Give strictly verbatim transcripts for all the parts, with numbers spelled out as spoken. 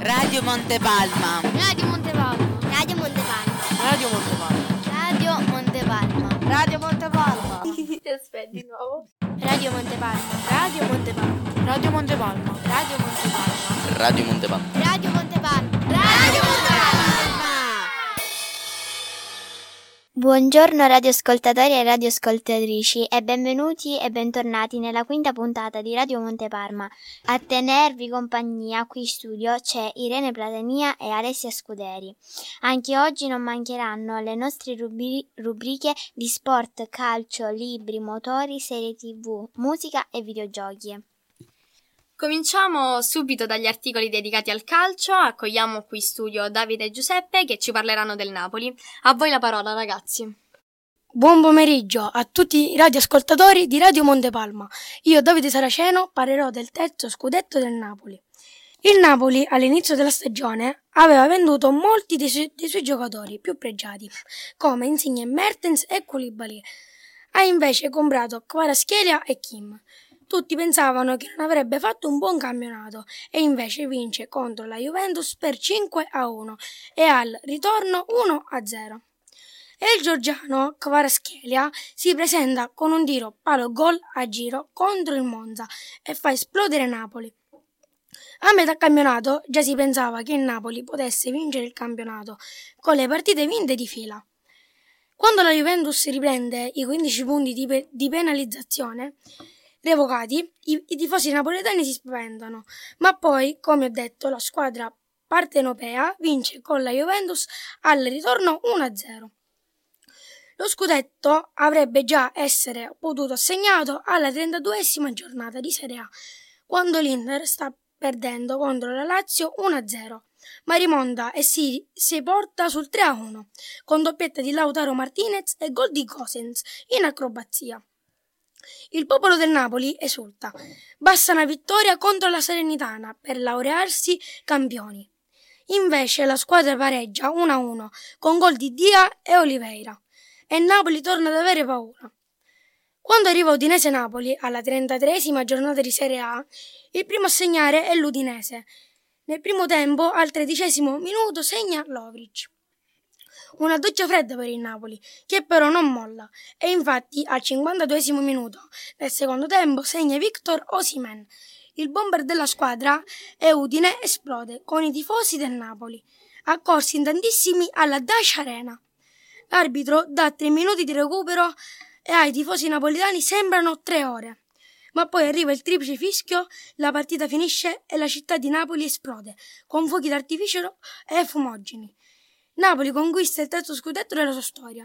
Radio Montepalma. Radio Montepalma. Radio Montepalma. Radio Montepalma. Radio Montepalma. Radio Montepalma. Aspetta di nuovo. Radio Montepalma. Radio Montepalma. Radio Montepalma. Radio Montepalma. Radio Montepalma. Radio Montepalma. Radio Montepalma. Buongiorno radioascoltatori e radioascoltatrici e benvenuti e bentornati nella quinta puntata di Radio Monteparma. A tenervi compagnia qui in studio c'è Irene Platania e Alessia Scuderi. Anche oggi non mancheranno le nostre rubri- rubriche di sport, calcio, libri, motori, serie tv, musica e videogiochi. Cominciamo subito dagli articoli dedicati al calcio. Accogliamo qui in studio Davide e Giuseppe che ci parleranno del Napoli. A voi la parola, ragazzi. Buon pomeriggio a tutti i radioascoltatori di Radio Montepalma. Io, Davide Saraceno, parlerò del terzo scudetto del Napoli. Il Napoli, all'inizio della stagione, aveva venduto molti dei, su- dei suoi giocatori più pregiati, come Insigne, Mertens e Koulibaly. Ha invece comprato Kvaratskhelia e Kim. Tutti pensavano che non avrebbe fatto un buon campionato e invece vince contro la Juventus per cinque a uno e al ritorno uno a zero. E il georgiano Kvaratskhelia si presenta con un tiro palo gol a giro contro il Monza e fa esplodere Napoli. A metà campionato già si pensava che il Napoli potesse vincere il campionato con le partite vinte di fila. Quando la Juventus riprende i quindici punti di, pe- di penalizzazione revocati, i, i tifosi napoletani si spaventano, ma poi, come ho detto, la squadra partenopea vince con la Juventus al ritorno uno a zero. Lo scudetto avrebbe già essere potuto assegnato alla trentaduesima giornata di Serie A, quando l'Inter sta perdendo contro la Lazio uno a zero, ma rimonta e si, si porta sul tre a uno, con doppietta di Lautaro Martinez e gol di Gosens in acrobazia. Il popolo del Napoli esulta. Basta una vittoria contro la Salernitana per laurearsi campioni. Invece la squadra pareggia uno a uno con gol di Dia e Oliveira e Napoli torna ad avere paura. Quando arriva Udinese-Napoli alla trentatreesima giornata di Serie A, il primo a segnare è l'Udinese. Nel primo tempo, al tredicesimo minuto, segna Lovric. Una doccia fredda per il Napoli, che però non molla, e infatti al cinquantaduesimo minuto del secondo tempo segna Victor Osimhen. Il bomber della squadra e Udine esplode con i tifosi del Napoli, accorsi in tantissimi alla Dacia Arena. L'arbitro dà tre minuti di recupero e ai tifosi napoletani sembrano tre ore. Ma poi arriva il triplice fischio, la partita finisce e la città di Napoli esplode, con fuochi d'artificio e fumogeni. Napoli conquista il terzo scudetto della sua storia.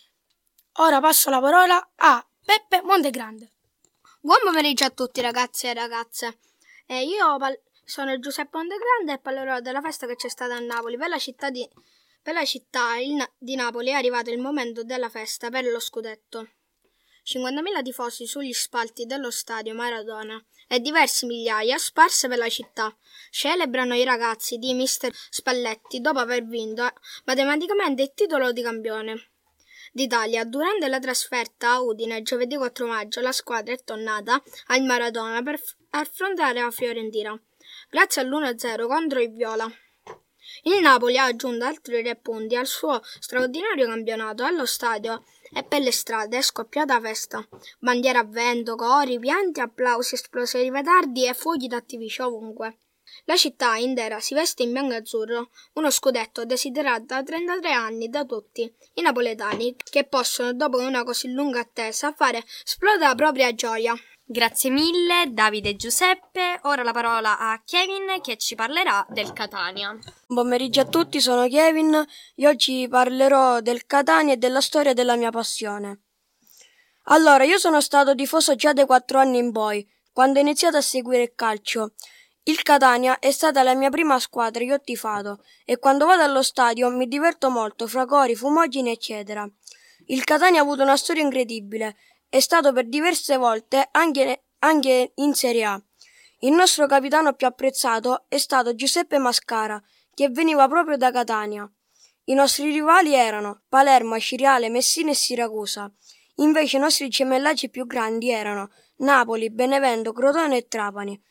Ora passo la parola a Peppe Montegrande. Buon pomeriggio a tutti ragazzi e ragazze. Eh, io pal- sono Giuseppe Montegrande e parlerò della festa che c'è stata a Napoli. Per la città di, per la città il Na- di Napoli è arrivato il momento della festa per lo scudetto. cinquantamila tifosi sugli spalti dello stadio Maradona e diverse migliaia sparse per la città celebrano i ragazzi di mister Spalletti dopo aver vinto matematicamente il titolo di campione d'Italia. Durante la trasferta a Udine giovedì quattro maggio la squadra è tornata al Maradona per f- affrontare la Fiorentina grazie all'uno a zero contro il Viola. Il Napoli ha aggiunto altri tre punti al suo straordinario campionato. Allo stadio e per le strade è scoppiata festa. Bandiere a vento, cori, pianti, applausi, esplosioni petardi e fuochi d'artificio ovunque. La città intera si veste in bianco e azzurro, uno scudetto desiderato da trentatré anni da tutti i napoletani che possono, dopo una così lunga attesa, fare esplodere la propria gioia. Grazie mille Davide e Giuseppe. Ora la parola a Kevin che ci parlerà del Catania. Buon pomeriggio a tutti, sono Kevin. Io oggi parlerò del Catania e della storia della mia passione. Allora, io sono stato tifoso già dai quattro anni in poi, quando ho iniziato a seguire il calcio. Il Catania è stata la mia prima squadra che ho tifato e quando vado allo stadio mi diverto molto fra cori, fumogeni eccetera. Il Catania ha avuto una storia incredibile, è stato per diverse volte anche, anche in Serie A. Il nostro capitano più apprezzato è stato Giuseppe Mascara, che veniva proprio da Catania. I nostri rivali erano Palermo, Aciriale, Messina e Siracusa. Invece i nostri gemellaggi più grandi erano Napoli, Benevento, Crotone e Trapani.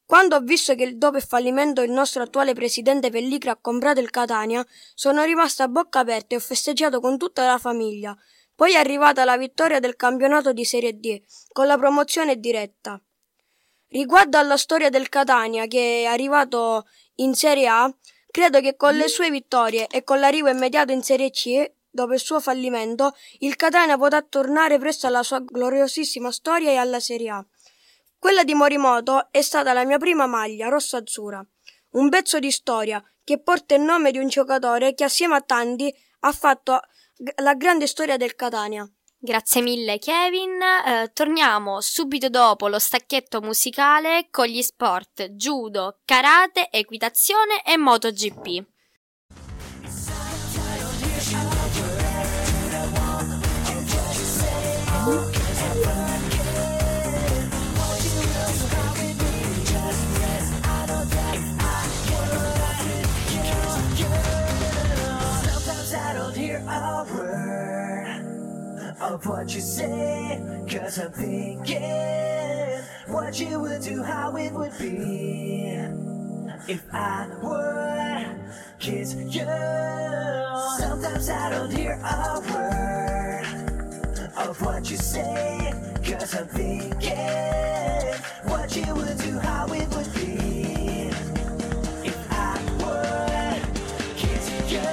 Quando ho visto che dopo il fallimento il nostro attuale presidente Pellegrini ha comprato il Catania, sono rimasta a bocca aperta e ho festeggiato con tutta la famiglia. Poi è arrivata la vittoria del campionato di Serie D, con la promozione diretta. Riguardo alla storia del Catania, che è arrivato in Serie A, credo che con le sue vittorie e con l'arrivo immediato in Serie C, dopo il suo fallimento, il Catania potrà tornare presto alla sua gloriosissima storia e alla Serie A. Quella di Morimoto è stata la mia prima maglia rosso-azzurra, un pezzo di storia che porta il nome di un giocatore che assieme a tanti ha fatto la grande storia del Catania. Grazie mille Kevin, eh, torniamo subito dopo lo stacchetto musicale con gli sport judo, karate, equitazione e MotoGP. Of what you say, cause I'm thinking what you would do, how it would be if I would kiss you. Sometimes I don't hear a word of what you say, cause I'm thinking what you would do, how it would be if I would kiss you.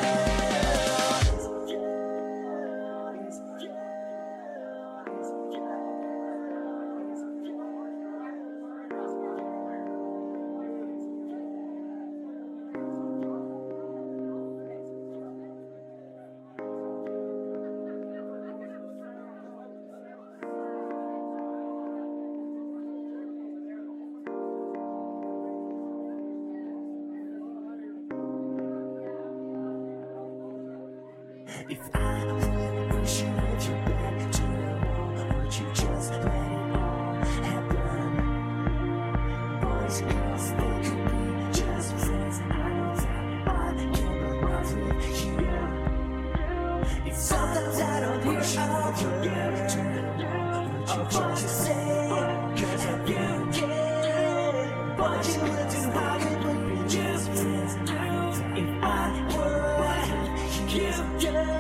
If I would push you with your back to the wall, would you just let it all happen? Boys, girls, they could be just friends. I know that I can't love with you. If sometimes I don't hear a word of what you say, cause I feel yeah, what you would do, how it would be just friends. If I would kiss you.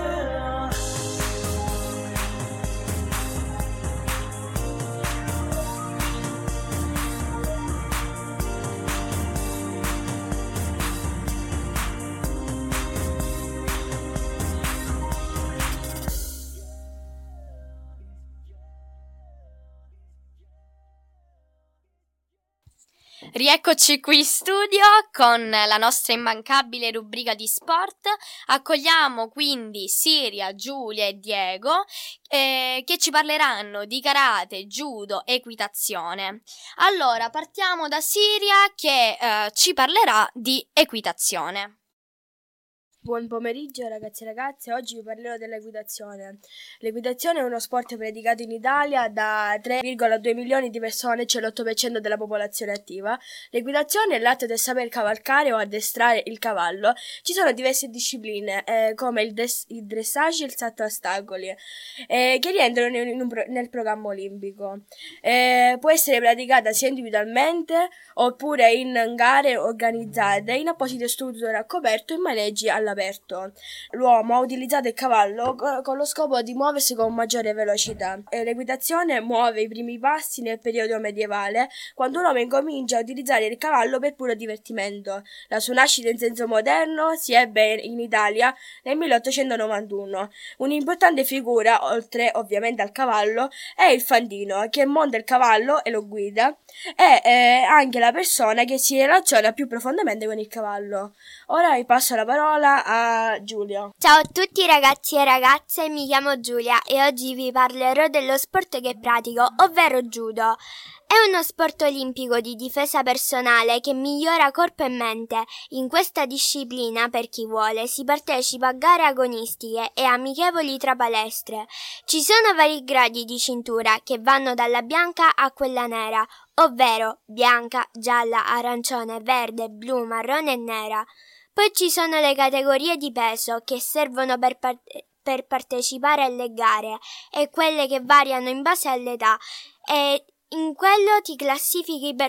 Rieccoci qui in studio con la nostra immancabile rubrica di sport. Accogliamo quindi Siria, Giulia e Diego eh, che ci parleranno di karate, judo, equitazione. Allora, partiamo da Siria che eh, ci parlerà di equitazione. Buon pomeriggio ragazzi e ragazze, oggi vi parlerò dell'equitazione. L'equitazione è uno sport praticato in Italia da tre virgola due milioni di persone, cioè l'otto per cento della popolazione attiva. L'equitazione è l'atto del saper cavalcare o addestrare il cavallo. Ci sono diverse discipline eh, come il, des- il dressage e il salto a ostacoli eh, che rientrano in un pro- nel programma olimpico. Eh, può essere praticata sia individualmente oppure in gare organizzate in apposite strutture a coperto in maneggi all'aperto. L'uomo ha utilizzato il cavallo con lo scopo di muoversi con maggiore velocità. L'equitazione muove i primi passi nel periodo medievale, quando l'uomo incomincia a utilizzare il cavallo per puro divertimento. La sua nascita in senso moderno si ebbe in Italia nel milleottocentonovantuno. Un'importante figura, oltre ovviamente al cavallo, è il fantino, che monta il cavallo e lo guida, e eh, anche la persona che si relaziona più profondamente con il cavallo. Ora vi passo la parola a Giulia. Ciao a tutti ragazzi e ragazze, mi chiamo Giulia e oggi vi parlerò dello sport che pratico, ovvero judo. È uno sport olimpico di difesa personale che migliora corpo e mente. In questa disciplina, per chi vuole, si partecipa a gare agonistiche e amichevoli tra palestre. Ci sono vari gradi di cintura che vanno dalla bianca a quella nera, ovvero bianca, gialla, arancione, verde, blu, marrone e nera. Poi ci sono le categorie di peso che servono per, par- per partecipare alle gare e quelle che variano in base all'età, e in quello ti classifichi per,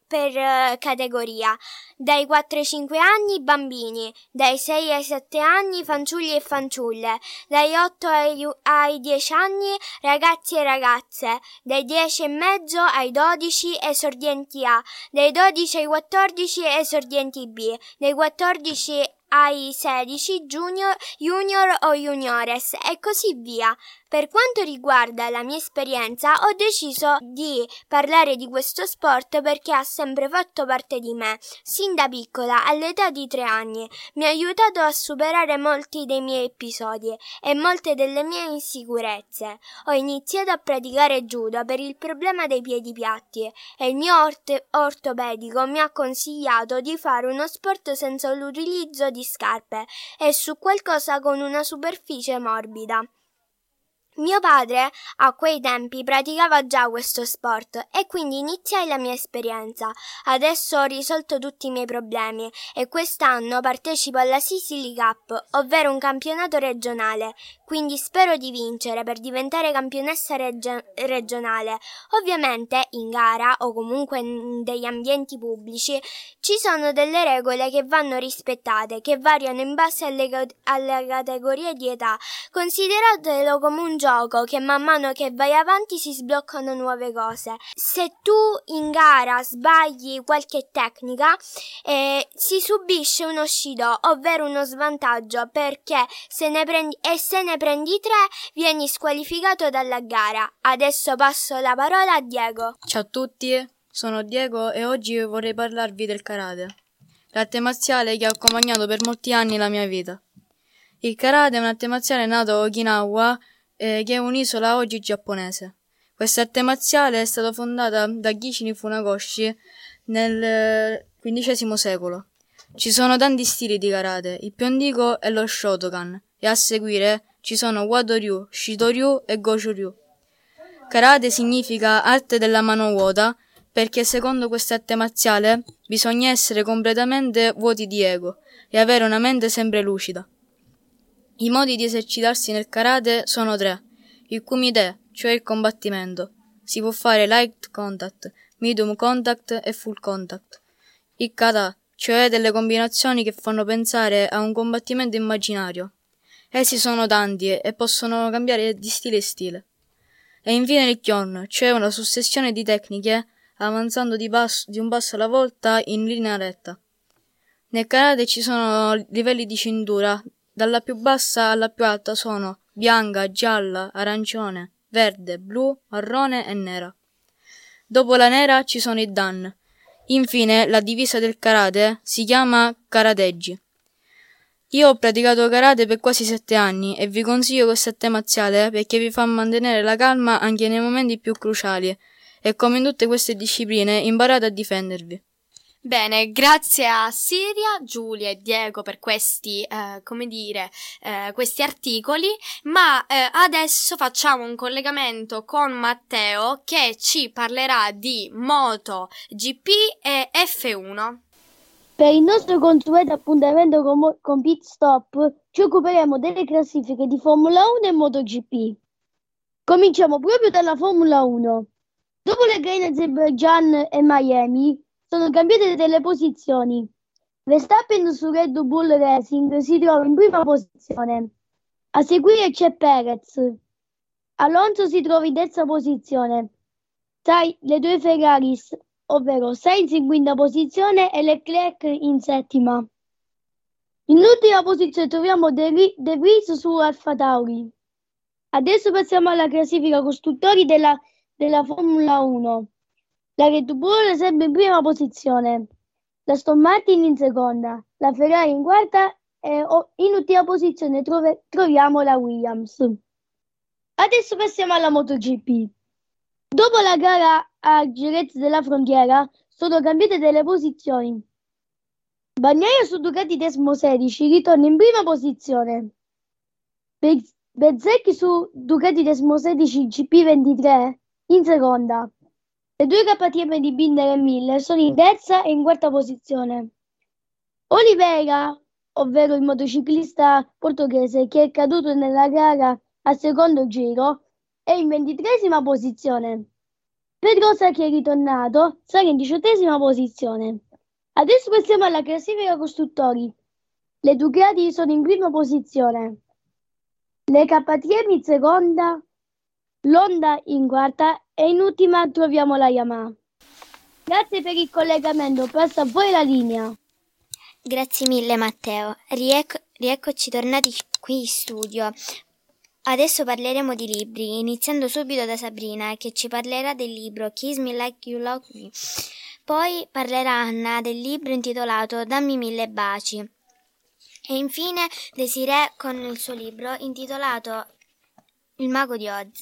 per eh, categoria. Dai quattro ai cinque anni bambini, dai sei ai sette anni fanciulli e fanciulle, dai otto ai, ai dieci anni ragazzi e ragazze, dai dieci e mezzo ai dodici esordienti A, dai dodici ai quattordici esordienti B, dai quattordici ai sedici junior, junior o juniores e così via. Per quanto riguarda la mia esperienza, ho deciso di parlare di questo sport perché ha sempre fatto parte di me, sin da piccola, all'età di tre anni. Mi ha aiutato a superare molti dei miei episodi e molte delle mie insicurezze. Ho iniziato a praticare judo per il problema dei piedi piatti e il mio orte- ortopedico mi ha consigliato di fare uno sport senza l'utilizzo di scarpe e su qualcosa con una superficie morbida. Mio padre a quei tempi praticava già questo sport e quindi iniziai la mia esperienza. Adesso ho risolto tutti i miei problemi e quest'anno partecipo alla Sicily Cup, ovvero un campionato regionale, quindi spero di vincere per diventare campionessa regge- regionale. Ovviamente in gara o comunque in degli ambienti pubblici ci sono delle regole che vanno rispettate, che variano in base alle, ca- alle categorie di età. Consideratelo come un gioco che man mano che vai avanti si sbloccano nuove cose. Se tu in gara sbagli qualche tecnica eh, si subisce uno shido, ovvero uno svantaggio, perché se ne prendi e se ne prendi tre vieni squalificato dalla gara. Adesso passo la parola a Diego. Ciao a tutti, sono Diego e oggi vorrei parlarvi del karate, l'arte marziale che ha accompagnato per molti anni la mia vita. Il karate è un'arte marziale nato a Okinawa, eh, che è un'isola oggi giapponese. Questa arte marziale è stata fondata da Gichin Funakoshi nel quindicesimo secolo. Ci sono tanti stili di karate, il più antico è lo Shotokan e a seguire ci sono Wado-ryu, Shido-ryu e Goju-ryu. Karate significa arte della mano vuota perché secondo questa arte marziale bisogna essere completamente vuoti di ego e avere una mente sempre lucida. I modi di esercitarsi nel karate sono tre. Il kumite, cioè il combattimento. Si può fare light contact, medium contact e full contact. Il kata, cioè delle combinazioni che fanno pensare a un combattimento immaginario. Essi sono tanti e possono cambiare di stile in stile. E infine il kyon, cioè una successione di tecniche avanzando di, passo, di un passo alla volta in linea retta. Nel karate ci sono livelli di cintura. Dalla più bassa alla più alta sono bianca, gialla, arancione, verde, blu, marrone e nera. Dopo la nera ci sono i dan. Infine, la divisa del karate si chiama karateji. Io ho praticato karate per quasi sette anni e vi consiglio questa arte marziale perché vi fa mantenere la calma anche nei momenti più cruciali e come in tutte queste discipline imparate a difendervi. Bene, grazie a Siria, Giulia e Diego per questi, eh, come dire, eh, questi articoli, ma eh, adesso facciamo un collegamento con Matteo che ci parlerà di Moto G P e F uno. Per il nostro consueto appuntamento con, mo- con Pit Stop ci occuperemo delle classifiche di Formula uno e MotoGP. Cominciamo proprio dalla Formula uno. Dopo le gare in Azerbaijan e Miami sono cambiate delle posizioni. Verstappen su Red Bull Racing si trova in prima posizione. A seguire c'è Perez. Alonso si trova in terza posizione. Tra le due Ferraris, ovvero Sainz in quinta posizione e Leclerc in settima. In ultima posizione troviamo De, De Vries su Alfa Tauri. Adesso passiamo alla classifica costruttori della, della Formula uno. La Red Bull è sempre in prima posizione, la Aston Martin in seconda, la Ferrari in quarta e in ultima posizione trove, troviamo la Williams. Adesso passiamo alla MotoGP. Dopo la gara a Jerez della Frontiera sono cambiate delle posizioni. Bagnaia su Ducati Desmo sedici ritorna in prima posizione. Bezzecchi su Ducati Desmo sedici G P ventitré in seconda. Le due K T M di Binder e Miller sono in terza e in quarta posizione. Oliveira, ovvero il motociclista portoghese che è caduto nella gara al secondo giro, è in ventitreesima posizione. Pedrosa che è ritornato, sarà in diciottesima posizione. Adesso passiamo alla classifica costruttori. Le Ducati sono in prima posizione, le K T M in seconda, l'Honda in quarta e in ultima troviamo la Yamaha. Grazie per il collegamento, passo a voi la linea. Grazie mille Matteo. Riecco- rieccoci tornati qui in studio. Adesso parleremo di libri, iniziando subito da Sabrina che ci parlerà del libro Kiss Me Like You Love Me. Poi parlerà Anna del libro intitolato Dammi mille baci. E infine Desiree con il suo libro intitolato Il mago di Oz.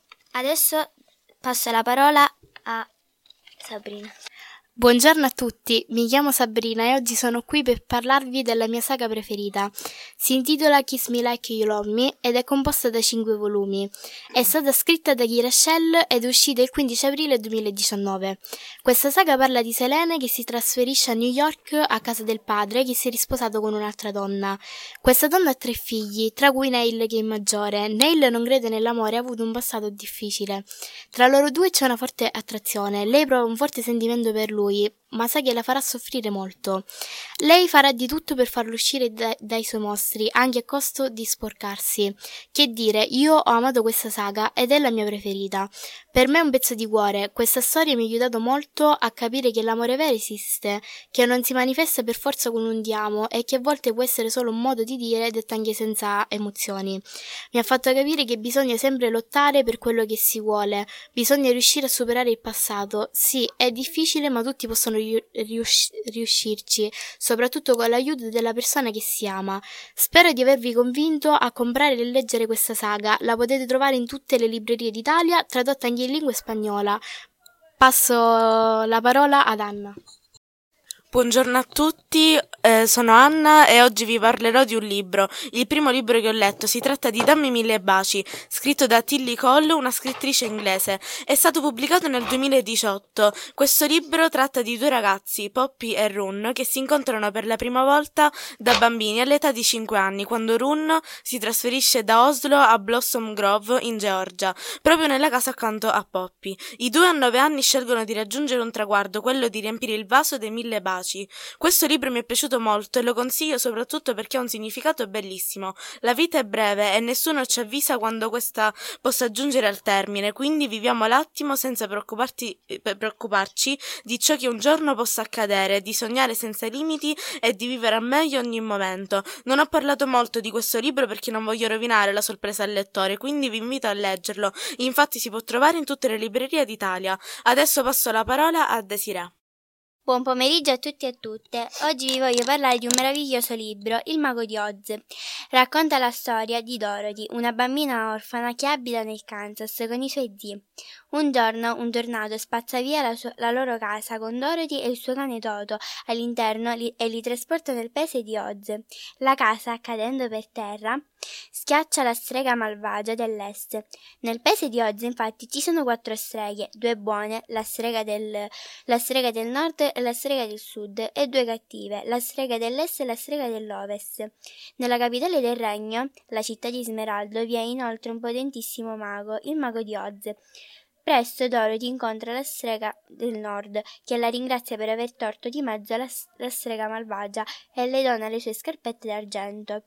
Adesso passo la parola a Sabrina. Buongiorno a tutti, mi chiamo Sabrina e oggi sono qui per parlarvi della mia saga preferita. Si intitola Kiss Me Like You Love Me ed è composta da cinque volumi. È stata scritta da Kira Shell ed è uscita il quindici aprile duemiladiciannove. Questa saga parla di Selene che si trasferisce a New York a casa del padre che si è risposato con un'altra donna. Questa donna ha tre figli, tra cui Neil che è il maggiore. Neil non crede nell'amore e ha avuto un passato difficile. Tra loro due c'è una forte attrazione, lei prova un forte sentimento per lui, ma sa che la farà soffrire molto. Lei farà di tutto per farlo uscire da- dai suoi mostri, anche a costo di sporcarsi. Che dire, io ho amato questa saga ed è la mia preferita. Per me è un pezzo di cuore, questa storia mi ha aiutato molto a capire che l'amore vero esiste, che non si manifesta per forza con un ti amo e che a volte può essere solo un modo di dire detto anche senza emozioni. Mi ha fatto capire che bisogna sempre lottare per quello che si vuole, bisogna riuscire a superare il passato. Sì, è difficile ma tutti possono riu- riusci- riuscirci, soprattutto con l'aiuto della persona che si ama. Spero di avervi convinto a comprare e leggere questa saga, la potete trovare in tutte le librerie d'Italia, tradotta anche in lingua spagnola. Passo la parola ad Anna. Buongiorno a tutti, eh, sono Anna e oggi vi parlerò di un libro, il primo libro che ho letto. Si tratta di Dammi mille baci, scritto da Tilly Cole, una scrittrice inglese. È stato pubblicato nel duemiladiciotto. Questo libro tratta di due ragazzi, Poppy e Run, che si incontrano per la prima volta da bambini all'età di cinque anni, quando Run si trasferisce da Oslo a Blossom Grove in Georgia, proprio nella casa accanto a Poppy. I due a nove anni scelgono di raggiungere un traguardo, quello di riempire il vaso dei mille baci. Questo libro mi è piaciuto molto e lo consiglio soprattutto perché ha un significato bellissimo. La vita è breve e nessuno ci avvisa quando questa possa giungere al termine, quindi viviamo l'attimo senza preoccuparti, eh, preoccuparci di ciò che un giorno possa accadere, di sognare senza limiti e di vivere a meglio ogni momento. Non ho parlato molto di questo libro perché non voglio rovinare la sorpresa al lettore, quindi vi invito a leggerlo. Infatti si può trovare in tutte le librerie d'Italia. Adesso passo la parola a Desiree. Buon pomeriggio a tutti e a tutte. Oggi vi voglio parlare di un meraviglioso libro, Il mago di Oz. Racconta la storia di Dorothy, una bambina orfana che abita nel Kansas con i suoi zii. Un giorno un tornado spazza via la, sua, la loro casa con Dorothy e il suo cane Toto all'interno li, e li trasporta nel paese di Oz. La casa, cadendo per terra, schiaccia la strega malvagia dell'est. Nel paese di Oz infatti ci sono quattro streghe, due buone, la strega del, la strega del nord e la strega del sud, e due cattive, la strega dell'est e la strega dell'ovest. Nella capitale del regno, la città di Smeraldo, vi è inoltre un potentissimo mago, il mago di Oz. Presto Dorothy incontra la strega del nord, che la ringrazia per aver torto di mezzo la, la strega malvagia e le dona le sue scarpette d'argento.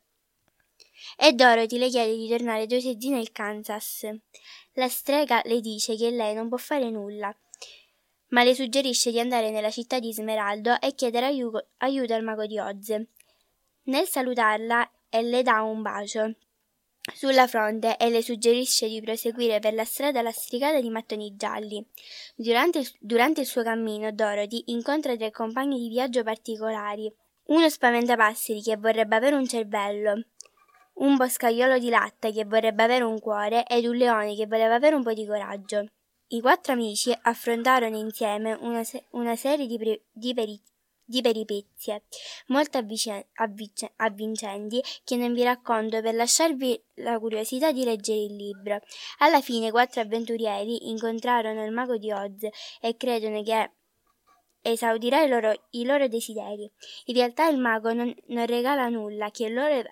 E Dorothy le chiede di tornare dai suoi zii nel Kansas. La strega le dice che lei non può fare nulla, ma le suggerisce di andare nella città di Smeraldo e chiedere aiuto, aiuto al mago di Oz. Nel salutarla, le dà un bacio sulla fronte e le suggerisce di proseguire per la strada lastricata di mattoni gialli. Durante, durante il suo cammino, Dorothy incontra tre compagni di viaggio particolari: uno spaventapasseri che vorrebbe avere un cervello, un boscaiolo di latte che vorrebbe avere un cuore ed un leone che voleva avere un po' di coraggio. I quattro amici affrontarono insieme una, se- una serie di, pre- di, peri- di peripezie molto avvic- avvic- avvincenti che non vi racconto per lasciarvi la curiosità di leggere il libro. Alla fine i quattro avventurieri incontrarono il mago di Oz e credono che esaudirà i loro, i loro desideri. In realtà il mago non, non regala nulla, che loro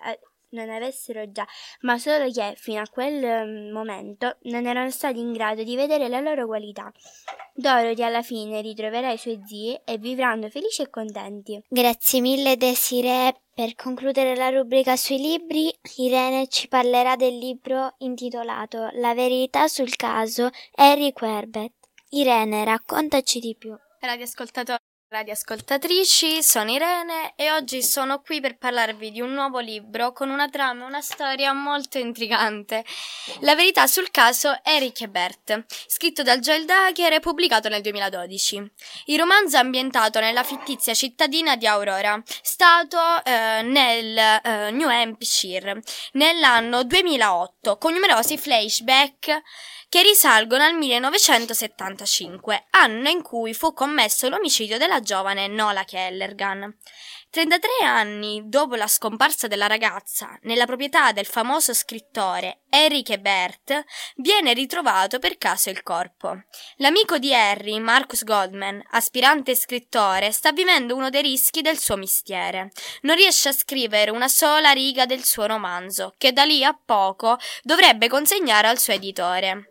non avessero già, ma solo che fino a quel um, momento non erano stati in grado di vedere la loro qualità. Dorothy alla fine ritroverà i suoi zii e vivranno felici e contenti. Grazie mille Desiree. Per concludere la rubrica sui libri, Irene ci parlerà del libro intitolato La verità sul caso Harry Quebert. Irene, raccontaci di più. Radioascoltatori, radioascoltatrici, sono Irene e oggi sono qui per parlarvi di un nuovo libro con una trama e una storia molto intrigante. La verità sul caso Harry Quebert, scritto da Joel Dagher e pubblicato nel duemiladodici. Il romanzo è ambientato nella fittizia cittadina di Aurora, stato eh, nel eh, New Hampshire, nell'anno duemilaotto, con numerosi flashback che risalgono al millenovecentosettantacinque, anno in cui fu commesso l'omicidio della giovane Nola Kellergan. trentatré anni dopo la scomparsa della ragazza, nella proprietà del famoso scrittore Harry Quebert, viene ritrovato per caso il corpo. L'amico di Harry, Marcus Goldman, aspirante scrittore, sta vivendo uno dei rischi del suo mestiere. Non riesce a scrivere una sola riga del suo romanzo, che da lì a poco dovrebbe consegnare al suo editore.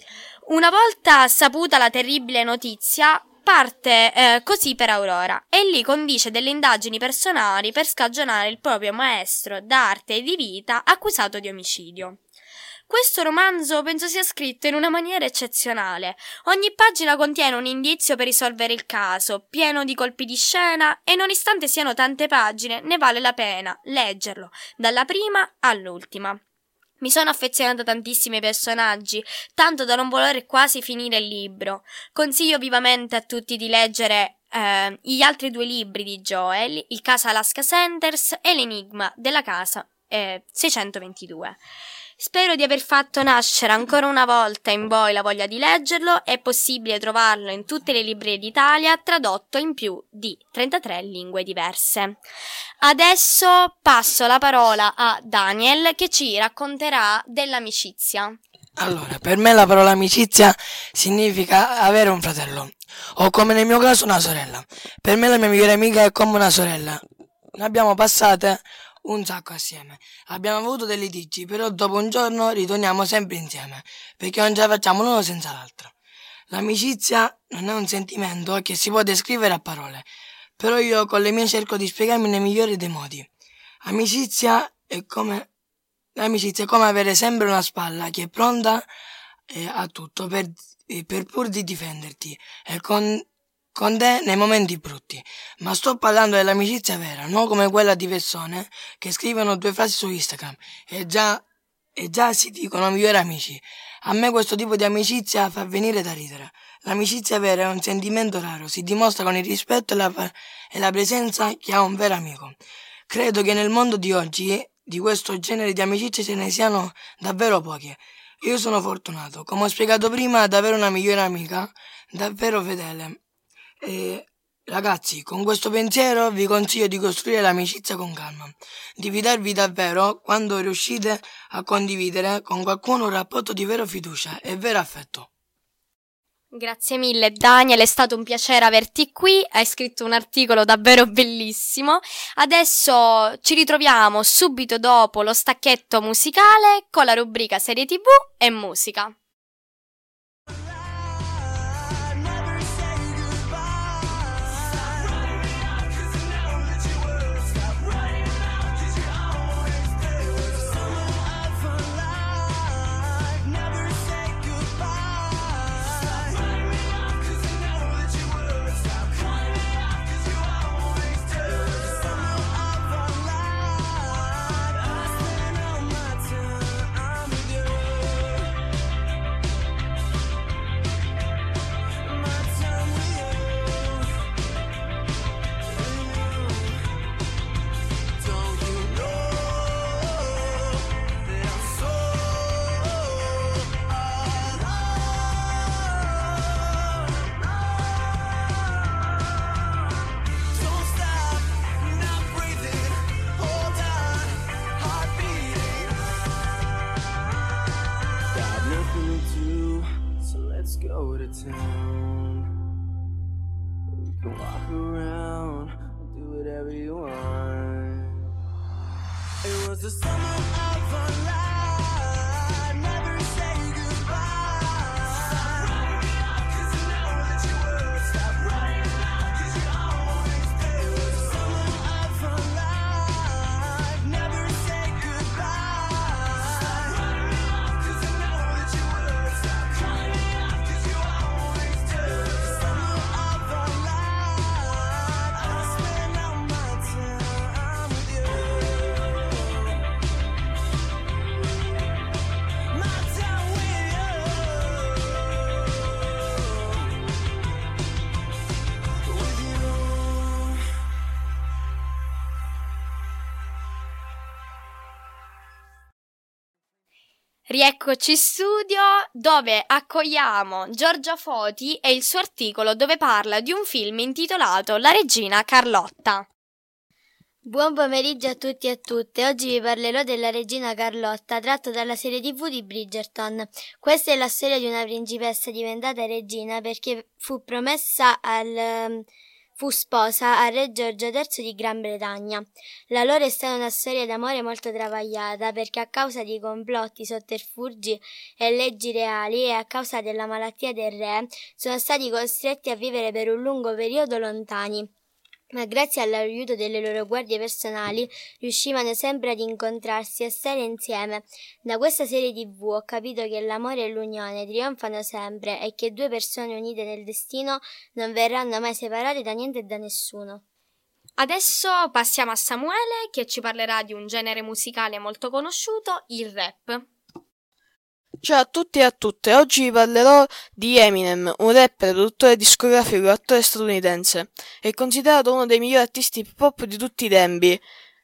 Una volta saputa la terribile notizia, parte eh, così per Aurora e lì conduce delle indagini personali per scagionare il proprio maestro d'arte e di vita accusato di omicidio. Questo romanzo penso sia scritto in una maniera eccezionale. Ogni pagina contiene un indizio per risolvere il caso, pieno di colpi di scena e nonostante siano tante pagine ne vale la pena leggerlo, dalla prima all'ultima. Mi sono affezionata tantissimo ai personaggi, tanto da non voler quasi finire il libro. Consiglio vivamente a tutti di leggere eh, gli altri due libri di Joel, Il caso Alaska Sanders e L'enigma della casa eh, seicentoventidue. Spero di aver fatto nascere ancora una volta in voi la voglia di leggerlo. È possibile trovarlo in tutte le librerie d'Italia, tradotto in più di trentatré lingue diverse. Adesso passo la parola a Daniel che ci racconterà dell'amicizia. Allora, per me la parola amicizia significa avere un fratello, o come nel mio caso una sorella. Per me la mia migliore amica è come una sorella. Ne abbiamo passate un sacco assieme. Abbiamo avuto dei litigi, però dopo un giorno ritorniamo sempre insieme, perché non ce la facciamo l'uno senza l'altro. L'amicizia non è un sentimento che si può descrivere a parole, però io con le mie cerco di spiegarmi nei migliori dei modi. Amicizia è come L'amicizia è come avere sempre una spalla che è pronta eh, a tutto per, eh, per pur di difenderti e con con te nei momenti brutti, ma sto parlando dell'amicizia vera, non come quella di persone che scrivono due frasi su Instagram e già, e già si dicono migliori amici. A me questo tipo di amicizia fa venire da ridere. L'amicizia vera è un sentimento raro, si dimostra con il rispetto e la, e la presenza che ha un vero amico. Credo che nel mondo di oggi di questo genere di amicizie ce ne siano davvero poche. Io sono fortunato, come ho spiegato prima, ad avere una migliore amica davvero fedele. E ragazzi, con questo pensiero vi consiglio di costruire l'amicizia con calma, di fidarvi davvero quando riuscite a condividere con qualcuno un rapporto di vero fiducia e vero affetto. Grazie mille Daniel, è stato un piacere averti qui, hai scritto un articolo davvero bellissimo. Adesso ci ritroviamo subito dopo lo stacchetto musicale con la rubrica serie tv e musica. was the summer of our life. Never say goodbye. Stop running out, cause you know that you would. Stop running out, cause you always do. It was the summer of our life. Never say goodbye. Stop running out, cause you know that you would. Stop running out, cause you always do. The summer of our life. I spend all my time with you. My time with you. With you. Rieccoci in studio dove accogliamo Giorgia Foti e il suo articolo dove parla di un film intitolato La regina Carlotta. Buon pomeriggio a tutti e a tutte. Oggi vi parlerò della regina Carlotta, tratto dalla serie tivù di Bridgerton. Questa è la storia di una principessa diventata regina perché fu promessa al fu sposa a re Giorgio terzo di Gran Bretagna. La loro è stata una storia d'amore molto travagliata perché a causa di complotti, sotterfugi e leggi reali e a causa della malattia del re sono stati costretti a vivere per un lungo periodo lontani. Ma grazie all'aiuto delle loro guardie personali riuscivano sempre ad incontrarsi e stare insieme. Da questa serie tivù ho capito che l'amore e l'unione trionfano sempre e che due persone unite nel destino non verranno mai separate da niente e da nessuno. Adesso passiamo a Samuele che ci parlerà di un genere musicale molto conosciuto, il rap. Ciao a tutti e a tutte, oggi vi parlerò di Eminem, un rapper, produttore discografico e attore statunitense. È considerato uno dei migliori artisti hip hop di tutti i tempi.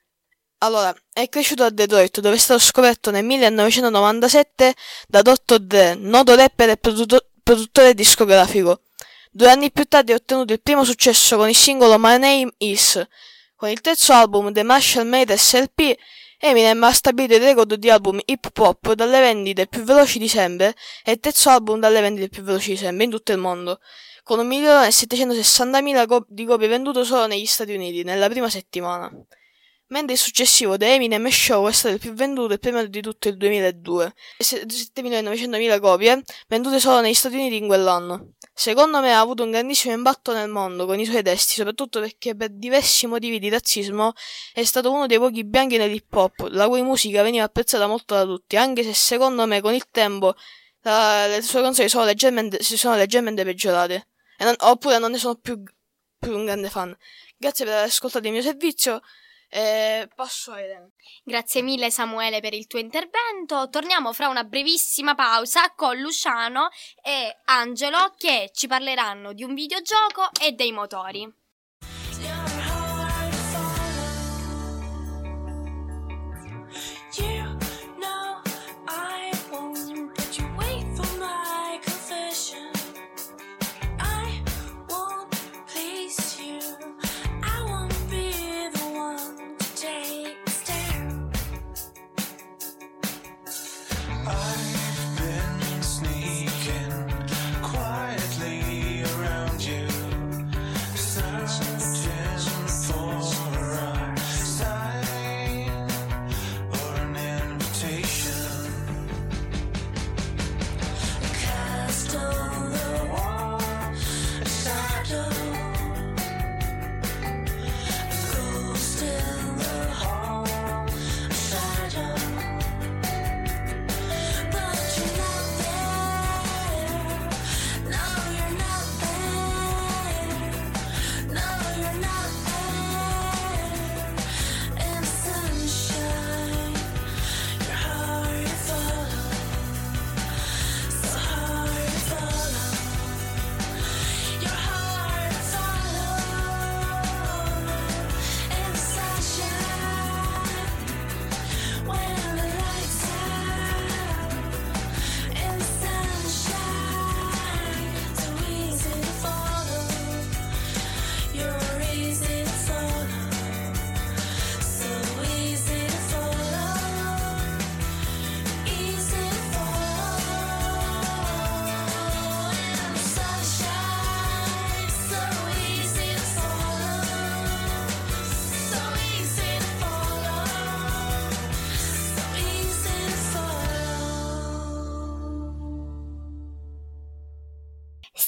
Allora, è cresciuto a Detroit, dove è stato scoperto nel millenovecentonovantasette da doctor Dre, noto rapper e produtto- produttore discografico. Due anni più tardi ha ottenuto il primo successo con il singolo My Name Is. Con il terzo album, The Marshall Mathers L P, Eminem ha stabilito il record di album hip hop dalle vendite più veloci di sempre e il terzo album dalle vendite più veloci di sempre in tutto il mondo, con un milione e settecentosessantamila co- di copie vendute solo negli Stati Uniti nella prima settimana. Mentre il successivo The Eminem Show è stato il più venduto e premiato di tutto il duemiladue, sette milioni e novecentomila copie vendute solo negli Stati Uniti in quell'anno. Secondo me ha avuto un grandissimo impatto nel mondo con i suoi testi, soprattutto perché per diversi motivi di razzismo è stato uno dei pochi bianchi nell'hip hop, la cui musica veniva apprezzata molto da tutti, anche se secondo me con il tempo la, le sue canzoni sono leggermente, si sono leggermente peggiorate, e non, oppure non ne sono più, più un grande fan. Grazie per aver ascoltato il mio servizio. Eh, passo a Irene. Grazie mille Samuele per il tuo intervento. Torniamo fra una brevissima pausa con Luciano e Angelo che ci parleranno di un videogioco e dei motori. Sneaking quietly around you, so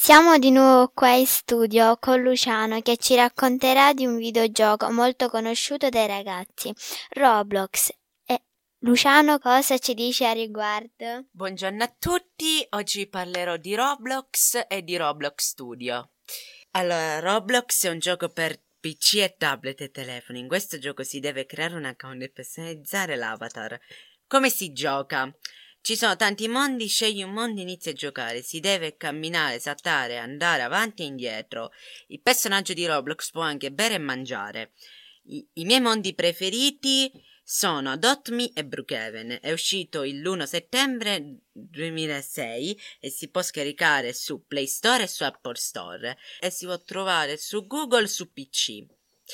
Siamo di nuovo qua in studio con Luciano che ci racconterà di un videogioco molto conosciuto dai ragazzi, Roblox. E Luciano, cosa ci dici a riguardo? Buongiorno a tutti, oggi parlerò di Roblox e di Roblox Studio. Allora, Roblox è un gioco per P C e tablet e telefoni. In questo gioco si deve creare un account e personalizzare l'avatar. Come si gioca? Ci sono tanti mondi, scegli un mondo e inizi a giocare. Si deve camminare, saltare, andare avanti e indietro. Il personaggio di Roblox può anche bere e mangiare. I, i miei mondi preferiti sono Adopt Me e Brookhaven. È uscito il primo settembre duemilasei e si può scaricare su Play Store e su Apple Store e si può trovare su Google su P C.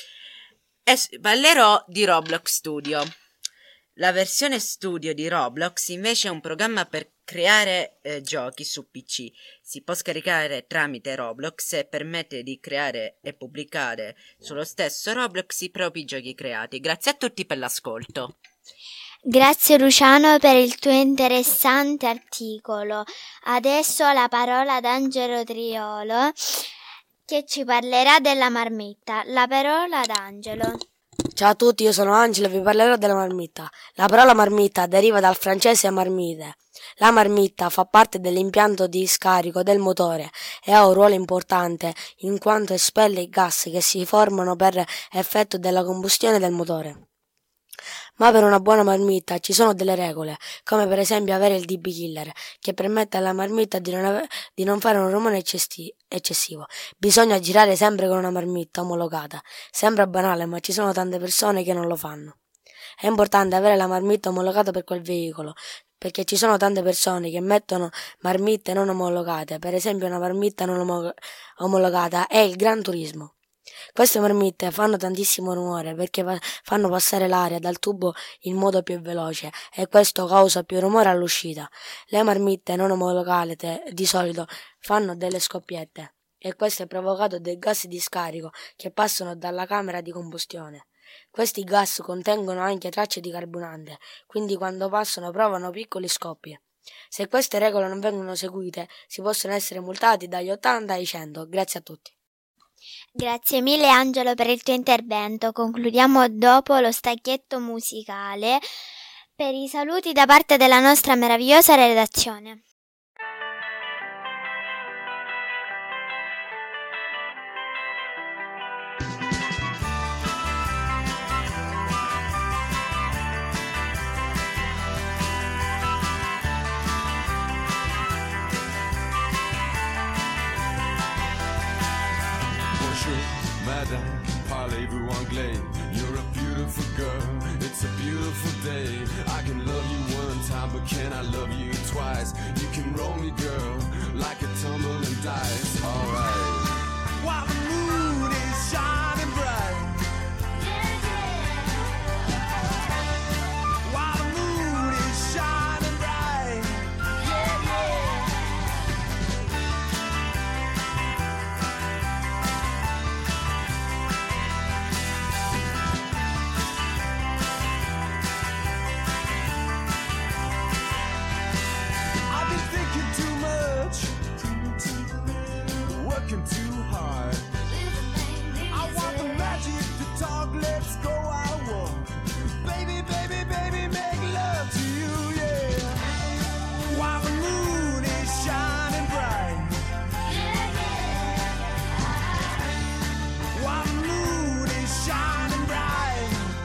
E parlerò di Roblox Studio. La versione studio di Roblox invece è un programma per creare eh, giochi su P C. Si può scaricare tramite Roblox e permette di creare e pubblicare sullo stesso Roblox i propri giochi creati. Grazie a tutti per l'ascolto. Grazie Luciano per il tuo interessante articolo. Adesso la parola ad Angelo Triolo che ci parlerà della marmitta. La parola ad Angelo. Ciao a tutti, io sono Angelo e vi parlerò della marmitta. La parola marmitta deriva dal francese marmite. La marmitta fa parte dell'impianto di scarico del motore e ha un ruolo importante in quanto espelle i gas che si formano per effetto della combustione del motore. Ma per una buona marmitta ci sono delle regole, come per esempio avere il D B killer, che permette alla marmitta di non, ave- di non fare un rumore eccessi- eccessivo. Bisogna girare sempre con una marmitta omologata. Sembra banale, ma ci sono tante persone che non lo fanno. È importante avere la marmitta omologata per quel veicolo, perché ci sono tante persone che mettono marmitte non omologate. Per esempio una marmitta non omo- omologata è il Gran Turismo. Queste marmitte fanno tantissimo rumore perché fa- fanno passare l'aria dal tubo in modo più veloce e questo causa più rumore all'uscita. Le marmitte non omologate di solito fanno delle scoppiette e questo è provocato dai gas di scarico che passano dalla camera di combustione. Questi gas contengono anche tracce di carburante, quindi quando passano provano piccoli scoppi. Se queste regole non vengono seguite si possono essere multati dagli ottanta ai cento. Grazie a tutti. Grazie mille Angelo per il tuo intervento. Concludiamo dopo lo stacchetto musicale per i saluti da parte della nostra meravigliosa redazione. Madame, parlez-vous anglais? You're a beautiful girl, it's a beautiful day. I can love you one time, but can I love you twice? You can roll me, girl, like a tumbling dice. Alright. While the moon is shining bright. While the moon is shining bright. Yeah, yeah. Working too hard. I want the magic to talk, let's go out walk. Baby, baby, baby, make love to you, yeah. While the moon is shining bright. While the moon is shining bright.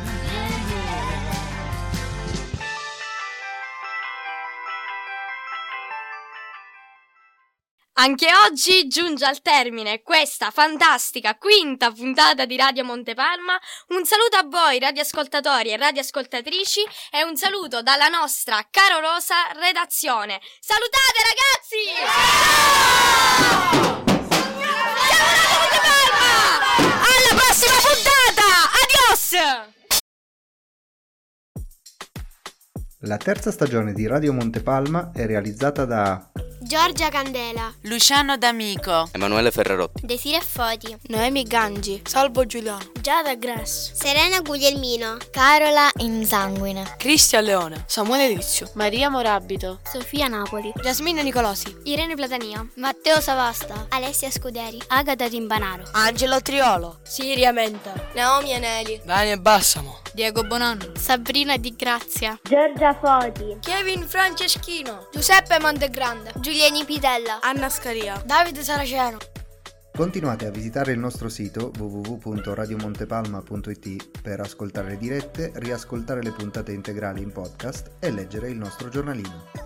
Anche oggi giunge al termine questa fantastica quinta puntata di Radio Montepalma. Un saluto a voi radioascoltatori e radioascoltatrici e un saluto dalla nostra calorosa redazione. Salutate ragazzi! Siamo Radio Montepalma! Alla prossima puntata! Adios! La terza stagione di Radio Montepalma è realizzata da Giorgia Candela, Luciano D'Amico, Emanuele Ferrarotti, Desiree Foti, Noemi Gangi, Salvo Giuliano, Giada Grass, Serena Guglielmino, Carola Insanguine, Cristian Leone, Samuele Lizio, Maria Morabito, Sofia Napoli, Giasmina Nicolosi, Irene Platania, Matteo Savasta, Alessia Scuderi, Agata Timbanaro, Angelo Triolo, Siria Menta, Naomi Aneli, Dani Bassamo, Diego Bonanno, Sabrina Di Grazia, Giorgia Foti, Kevin Franceschino, Giuseppe Montegrande, Giuliani Pitella, Anna Scaria, Davide Saraceno. Continuate a visitare il nostro sito w w w punto radio montepalma punto i t per ascoltare le dirette, riascoltare le puntate integrali in podcast e leggere il nostro giornalino.